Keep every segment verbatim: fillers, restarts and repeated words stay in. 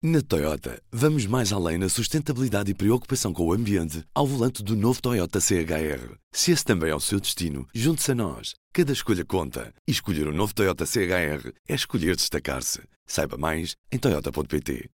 Na Toyota, vamos mais além na sustentabilidade e preocupação com o ambiente ao volante do novo Toyota C H R. Se esse também é o seu destino, junte-se a nós. Cada escolha conta. E escolher o novo Toyota C H R é escolher destacar-se. Saiba mais em toyota ponto pt.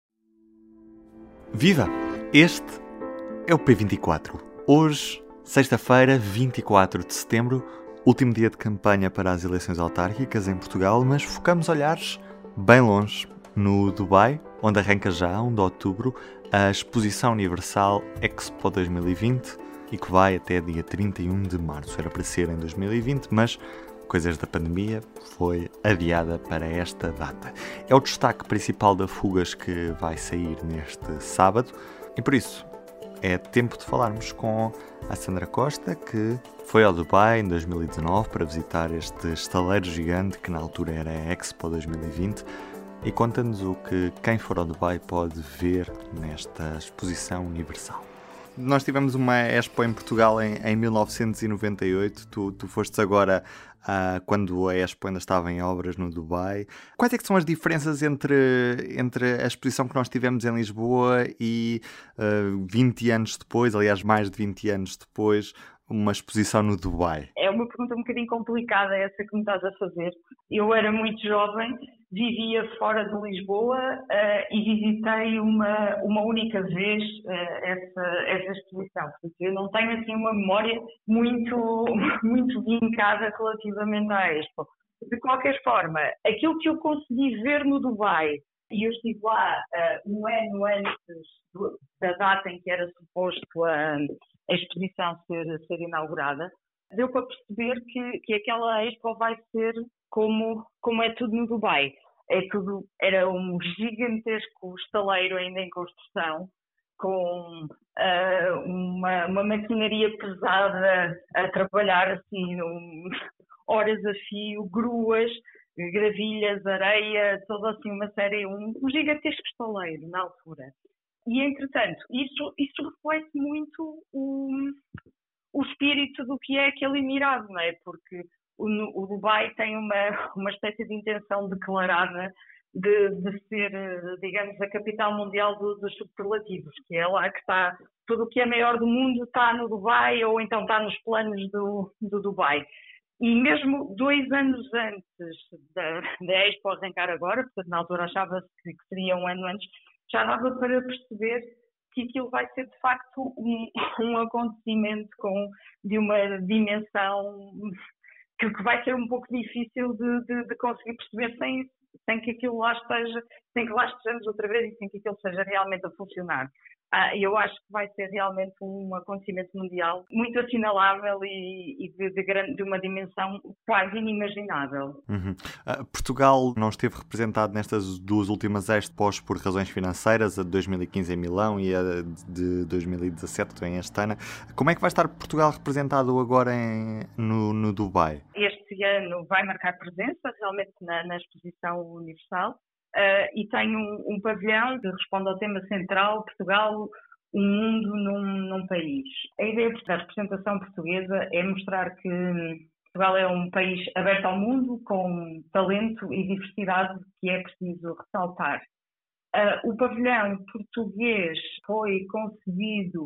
Viva! Este é o P vinte e quatro. Hoje, sexta-feira, vinte e quatro de setembro, último dia de campanha para as eleições autárquicas em Portugal, mas focamos olhares bem longe, no Dubai, onde arranca já, um de outubro, a Exposição Universal Expo dois mil e vinte e que vai até dia trinta e um de março. Era para ser em dois mil e vinte, mas coisas da pandemia foi adiada para esta data. É o destaque principal da Fugas que vai sair neste sábado e por isso é tempo de falarmos com a Sandra Costa, que foi ao Dubai em dois mil e dezanove para visitar este estaleiro gigante que na altura era a Expo dois mil e vinte. E conta-nos o que quem for ao Dubai pode ver nesta exposição universal. Nós tivemos uma Expo em Portugal em, em mil novecentos e noventa e oito. Tu, tu fostes agora uh, quando a Expo ainda estava em obras no Dubai. Quais é que são as diferenças entre, entre a exposição que nós tivemos em Lisboa e uh, vinte anos depois, aliás, mais de vinte anos depois, uma exposição no Dubai? É uma pergunta um bocadinho complicada essa que me estás a fazer. Eu era muito jovem, vivia fora de Lisboa uh, e visitei uma, uma única vez uh, essa, essa exposição. Porque eu não tenho assim uma memória muito, muito vincada relativamente à Expo. De qualquer forma, aquilo que eu consegui ver no Dubai, e eu estive lá uh, um ano antes do, da data em que era suposto a, a exposição ser, ser inaugurada, deu para perceber que, que aquela Expo vai ser como, como é tudo no Dubai. É tudo, era um gigantesco estaleiro ainda em construção, com uh, uma, uma maquinaria pesada a trabalhar assim, um, horas a fio, gruas, gravilhas, areia, toda assim uma série, um, um gigantesco estaleiro na altura. E, entretanto, isso, isso reflete muito o, o espírito do que é aquele Emirado, não é? Porque o, o Dubai tem uma, uma espécie de intenção declarada de, de ser, digamos, a capital mundial do, dos superlativos, que é lá que está, tudo o que é maior do mundo está no Dubai ou então está nos planos do, do Dubai. E mesmo dois anos antes da, da Expo arrancar agora, portanto na altura achava-se que, que seria um ano antes, já dava para perceber que aquilo vai ser de facto um, um acontecimento com, de uma dimensão que, que vai ser um pouco difícil de, de, de conseguir perceber sem, sem que aquilo lá esteja, sem que lá estejamos outra vez e sem que aquilo seja realmente a funcionar. Ah, eu acho que vai ser realmente um acontecimento mundial muito assinalável e, e de, de, grande, de uma dimensão quase inimaginável. Uhum. Uh, Portugal não esteve representado nestas duas últimas Expos por razões financeiras, a de dois mil e quinze em Milão e a de dois mil e dezassete em Astana. Como é que vai estar Portugal representado agora em, no, no Dubai? Este ano vai marcar presença realmente na, na exposição universal. Uh, e tem um, um pavilhão que responde ao tema central, Portugal, um mundo num, num país. A ideia da representação portuguesa é mostrar que Portugal é um país aberto ao mundo, com talento e diversidade que é preciso ressaltar. Uh, o pavilhão português foi concebido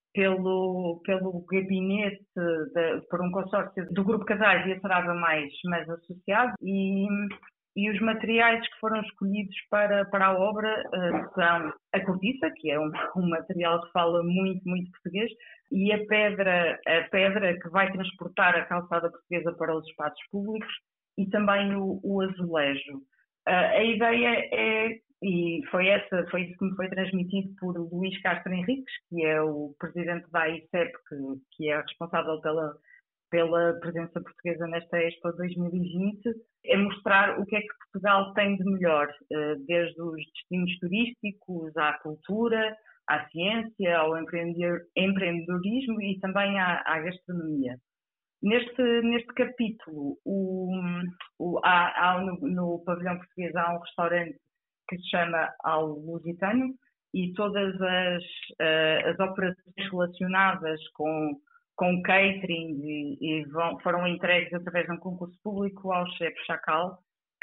pelo, pelo gabinete, de, por um consórcio do Grupo Casais e a Sarava Mais, mais associado, e E os materiais que foram escolhidos para, para a obra uh, são a cortiça, que é um, um material que fala muito, muito português, e a pedra, a pedra que vai transportar a calçada portuguesa para os espaços públicos, e também o, o azulejo. Uh, a ideia é, e foi, essa, foi isso que me foi transmitido por Luís Castro Henriques, que é o presidente da A I C E P, que, que é responsável pela pela presença portuguesa nesta Expo dois mil e vinte, é mostrar o que é que Portugal tem de melhor, desde os destinos turísticos, à cultura, à ciência, ao empreendedorismo e também à, à gastronomia. Neste, neste capítulo, o, o, há, há no, no pavilhão português há um restaurante que se chama Ao Lusitano e todas as, as operações relacionadas com com catering e, e vão, foram entregues através de um concurso público ao chefe Chacal,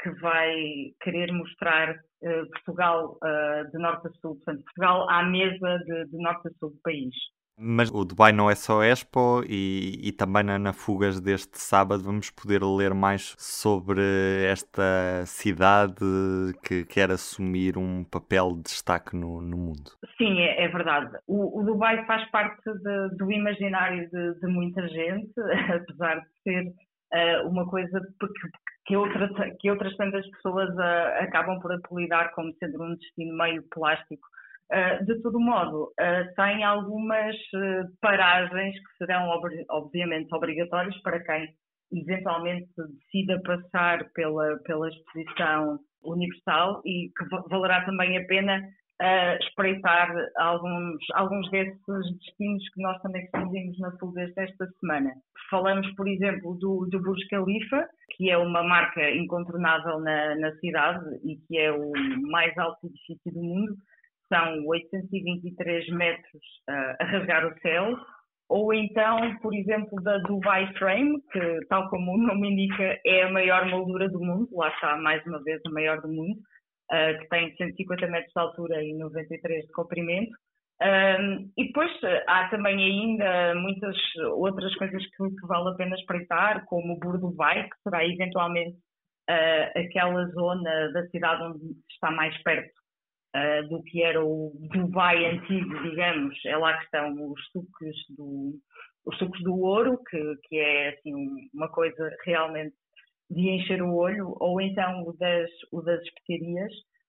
que vai querer mostrar uh, Portugal uh, de norte a sul, portanto, Portugal à mesa de, de norte a sul do país. Mas o Dubai não é só Expo e, e também na, na Fugas deste sábado vamos poder ler mais sobre esta cidade que quer assumir um papel de destaque no, no mundo. Sim, é, é verdade. O, o Dubai faz parte de, do imaginário de, de muita gente, apesar de ser uh, uma coisa que, que, outra, que outras tantas pessoas uh, acabam por apelidar como sendo um destino meio plástico. Uh, de todo modo, uh, tem algumas uh, paragens que serão ob- obviamente obrigatórias para quem eventualmente decida passar pela, pela exposição universal e que v- valerá também a pena uh, espreitar alguns, alguns desses destinos que nós também fizemos na Fugas desta semana. Falamos, por exemplo, do, do Burj Khalifa, que é uma marca incontornável na, na cidade e que é o mais alto edifício do mundo. São oitocentos e vinte e três metros uh, a rasgar o céu, ou então, por exemplo, da Dubai Frame, que, tal como o nome indica, é a maior moldura do mundo, lá está, mais uma vez, a maior do mundo, uh, que tem cento e cinquenta metros de altura e noventa e três de comprimento. Um, e depois há também ainda muitas outras coisas que, que vale a pena espreitar, como o Bur Dubai, que será eventualmente uh, aquela zona da cidade onde está mais perto Uh, do que era o Dubai antigo, digamos. É lá que estão os sucos do, os sucos do ouro, que, que é assim, uma coisa realmente de encher o olho, ou então o das, o das especiarias.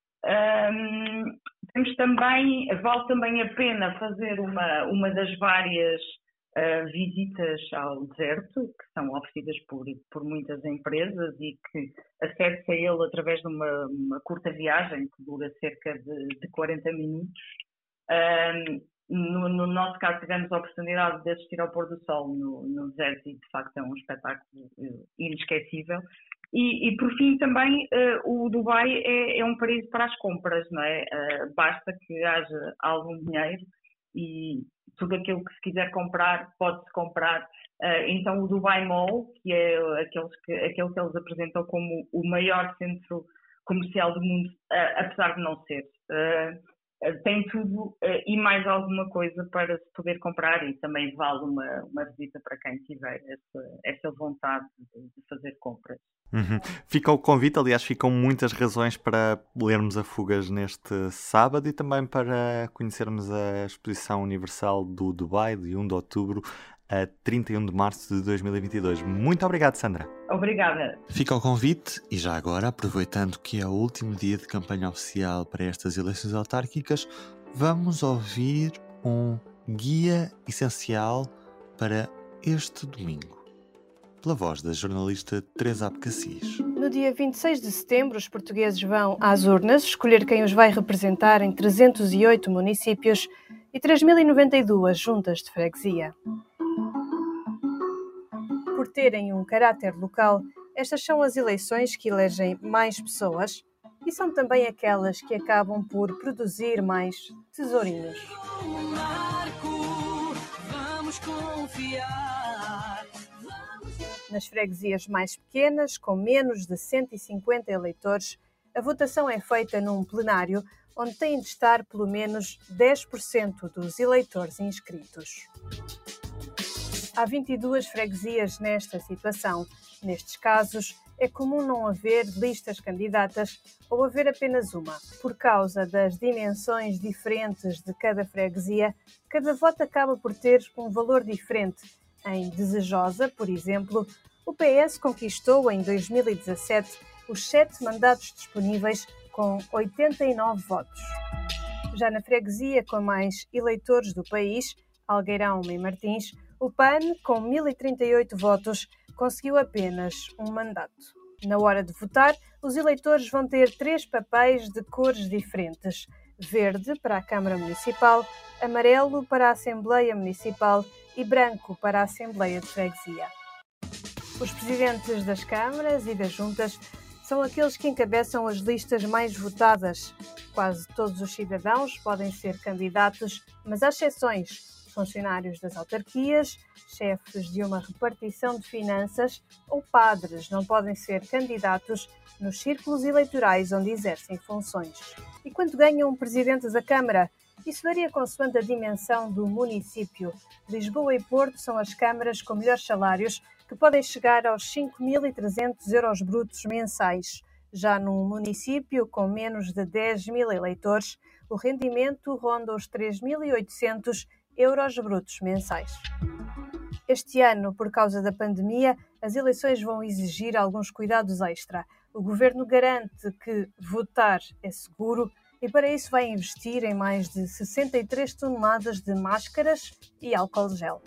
Um, temos também, vale também a pena fazer uma, uma das várias uh, visitas ao deserto, que são oferecidas por, por muitas empresas e que acede-se a ele através de uma, uma curta viagem que dura cerca de, de quarenta minutos. Um, no, no nosso caso, tivemos a oportunidade de assistir ao pôr do sol no, no deserto e, de facto, é um espetáculo inesquecível. E, e por fim, também, uh, o Dubai é, é um paraíso para as compras, não é? Uh, basta que haja algum dinheiro e tudo aquilo que se quiser comprar, pode-se comprar. Uh, então, o Dubai Mall, que é aqueles que, aquele que eles apresentam como o maior centro comercial do mundo, uh, apesar de não ser, uh, uh, tem tudo uh, e mais alguma coisa para se poder comprar e também vale uma, uma visita para quem tiver essa, essa vontade de, de fazer compras. Uhum. Fica o convite, aliás, ficam muitas razões para lermos a Fugas neste sábado e também para conhecermos a Exposição Universal do Dubai, de primeiro de outubro a trinta e um de março de dois mil e vinte e dois. Muito obrigado, Sandra. Obrigada. Fica o convite e já agora, aproveitando que é o último dia de campanha oficial para estas eleições autárquicas, vamos ouvir um guia essencial para este domingo, pela voz da jornalista Teresa Abcacis. No dia vinte e seis de setembro, os portugueses vão às urnas escolher quem os vai representar em trezentos e oito municípios e três mil e noventa e duas juntas de freguesia. Por terem um caráter local, estas são as eleições que elegem mais pessoas e são também aquelas que acabam por produzir mais tesourinhos. Nas freguesias mais pequenas, com menos de cento e cinquenta eleitores, a votação é feita num plenário onde têm de estar pelo menos dez por cento dos eleitores inscritos. Há vinte e duas freguesias nesta situação. Nestes casos, é comum não haver listas candidatas ou haver apenas uma. Por causa das dimensões diferentes de cada freguesia, cada voto acaba por ter um valor diferente. Em Desejosa, por exemplo, o P S conquistou em dois mil e dezassete os sete mandatos disponíveis com oitenta e nove votos. Já na freguesia com mais eleitores do país, Algueirão e Martins, o P A N, com mil e trinta e oito votos, conseguiu apenas um mandato. Na hora de votar, os eleitores vão ter três papéis de cores diferentes: verde para a Câmara Municipal, amarelo para a Assembleia Municipal e branco para a Assembleia de Freguesia. Os presidentes das câmaras e das juntas são aqueles que encabeçam as listas mais votadas. Quase todos os cidadãos podem ser candidatos, mas há exceções. funcionários das autarquias, chefes de uma repartição de finanças ou padres não podem ser candidatos nos círculos eleitorais onde exercem funções. E quanto ganha um presidente da Câmara? Isso varia consoante a dimensão do município. Lisboa e Porto são as câmaras com melhores salários, que podem chegar aos cinco mil e trezentos euros brutos mensais. Já num município com menos de dez mil eleitores, o rendimento ronda os três mil e oitocentos euros brutos mensais. Este ano, por causa da pandemia, as eleições vão exigir alguns cuidados extra. O Governo garante que votar é seguro e para isso vai investir em mais de sessenta e três toneladas de máscaras e álcool gel.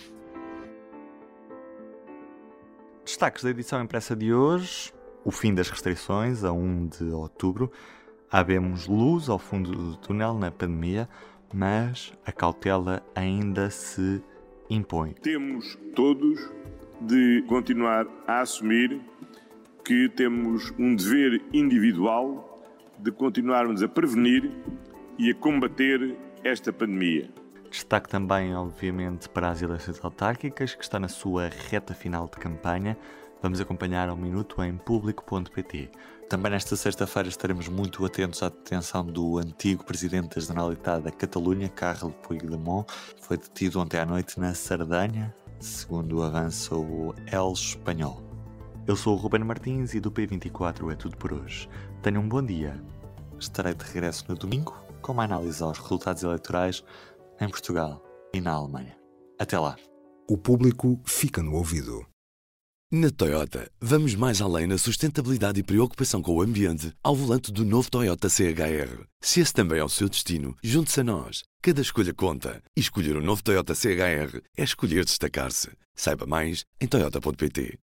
Destaques da edição impressa de hoje: o fim das restrições a primeiro de outubro. Havemos luz ao fundo do túnel na pandemia, mas a cautela ainda se impõe. Temos todos de continuar a assumir que temos um dever individual de continuarmos a prevenir e a combater esta pandemia. Destaque também, obviamente, para as eleições autárquicas, que está na sua reta final de campanha. Vamos acompanhar ao minuto em público ponto pt. Também nesta sexta-feira estaremos muito atentos à detenção do antigo presidente da Generalitat da Catalunha, Carles Puigdemont. Foi detido ontem à noite na Sardenha, segundo avança o El Espanhol. Eu sou o Ruben Martins e do P vinte e quatro é tudo por hoje. Tenham um bom dia. Estarei de regresso no domingo com uma análise aos resultados eleitorais em Portugal e na Alemanha. Até lá. O público fica no ouvido. Na Toyota, vamos mais além na sustentabilidade e preocupação com o ambiente ao volante do novo Toyota C H R. Se esse também é o seu destino, junte-se a nós. Cada escolha conta. E escolher o novo Toyota C H R é escolher destacar-se. Saiba mais em toyota ponto pt.